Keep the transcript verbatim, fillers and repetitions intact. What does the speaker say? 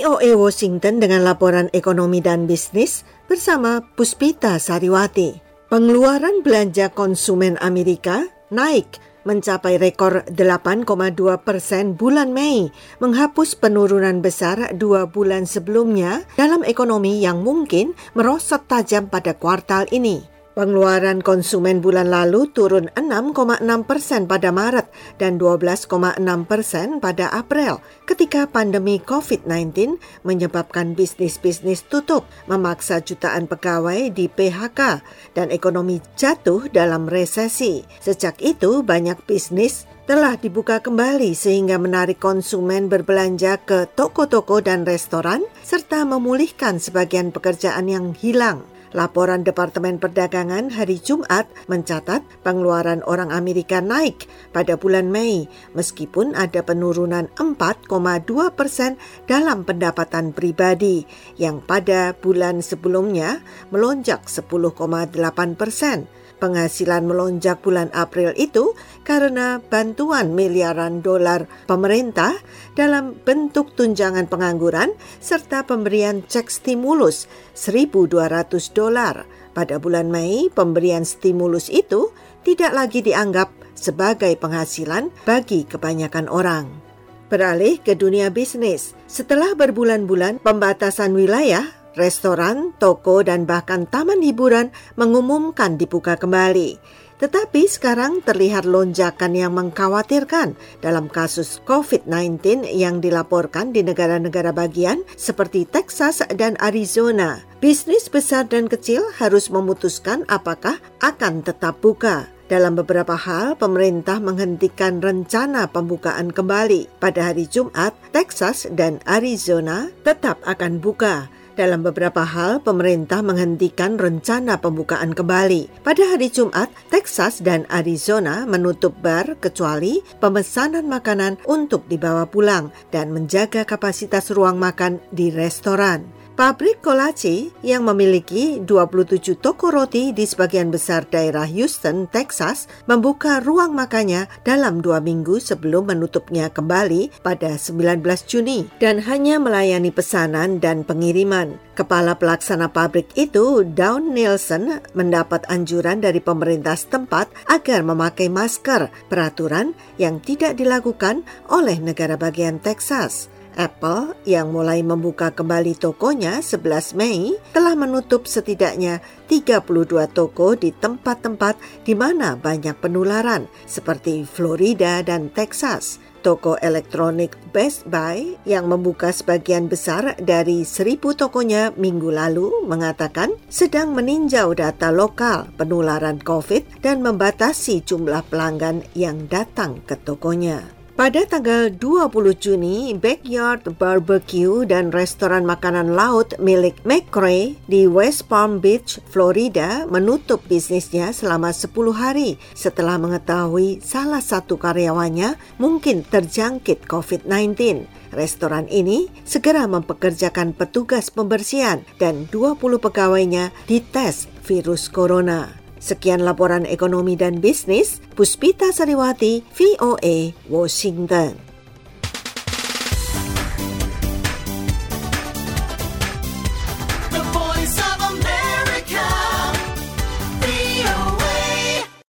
O A Washington dengan laporan ekonomi dan bisnis bersama Puspita Sariwati. Pengeluaran belanja konsumen Amerika naik mencapai rekor delapan koma dua persen bulan Mei, menghapus penurunan besar dua bulan sebelumnya dalam ekonomi yang mungkin merosot tajam pada kuartal ini. Pengeluaran konsumen bulan lalu turun enam koma enam persen pada Maret dan dua belas koma enam persen pada April ketika pandemi covid sembilan belas menyebabkan bisnis-bisnis tutup, memaksa jutaan pegawai di P H K dan ekonomi jatuh dalam resesi. Sejak itu banyak bisnis telah dibuka kembali sehingga menarik konsumen berbelanja ke toko-toko dan restoran serta memulihkan sebagian pekerjaan yang hilang. Laporan Departemen Perdagangan hari Jumat mencatat pengeluaran orang Amerika naik pada bulan Mei meskipun ada penurunan empat koma dua persen dalam pendapatan pribadi yang pada bulan sebelumnya melonjak sepuluh koma delapan persen. Penghasilan melonjak bulan April itu karena bantuan miliaran dolar pemerintah dalam bentuk tunjangan pengangguran serta pemberian cek stimulus seribu dua ratus dolar. Pada bulan Mei, pemberian stimulus itu tidak lagi dianggap sebagai penghasilan bagi kebanyakan orang. Beralih ke dunia bisnis, setelah berbulan-bulan pembatasan wilayah, restoran, toko, dan bahkan taman hiburan mengumumkan dibuka kembali. Tetapi sekarang terlihat lonjakan yang mengkhawatirkan dalam kasus covid sembilan belas yang dilaporkan di negara-negara bagian seperti Texas dan Arizona. Bisnis besar dan kecil harus memutuskan apakah akan tetap buka. Dalam beberapa hal, pemerintah menghentikan rencana pembukaan kembali. Pada hari Jumat, Texas dan Arizona tetap akan buka. Dalam beberapa hal, pemerintah menghentikan rencana pembukaan kembali. Pada hari Jumat, Texas dan Arizona menutup bar kecuali pemesanan makanan untuk dibawa pulang dan menjaga kapasitas ruang makan di restoran. Pabrik kolache yang memiliki dua puluh tujuh toko roti di sebagian besar daerah Houston, Texas, membuka ruang makannya dalam dua minggu sebelum menutupnya kembali pada sembilan belas Juni dan hanya melayani pesanan dan pengiriman. Kepala pelaksana pabrik itu, Dawn Nielsen, mendapat anjuran dari pemerintah setempat agar memakai masker, peraturan yang tidak dilakukan oleh negara bagian Texas. Apple yang mulai membuka kembali tokonya sebelas Mei telah menutup setidaknya tiga puluh dua toko di tempat-tempat di mana banyak penularan seperti Florida dan Texas. Toko elektronik Best Buy yang membuka sebagian besar dari seribu tokonya minggu lalu mengatakan sedang meninjau data lokal penularan COVID dan membatasi jumlah pelanggan yang datang ke tokonya. Pada tanggal dua puluh Juni, Backyard Barbecue dan restoran makanan laut milik McRae di West Palm Beach, Florida menutup bisnisnya selama sepuluh hari setelah mengetahui salah satu karyawannya mungkin terjangkit covid sembilan belas. Restoran ini segera mempekerjakan petugas pembersihan dan dua puluh pegawainya dites virus corona. Sekian laporan ekonomi dan bisnis, Puspita Sariwati, V O A, Washington.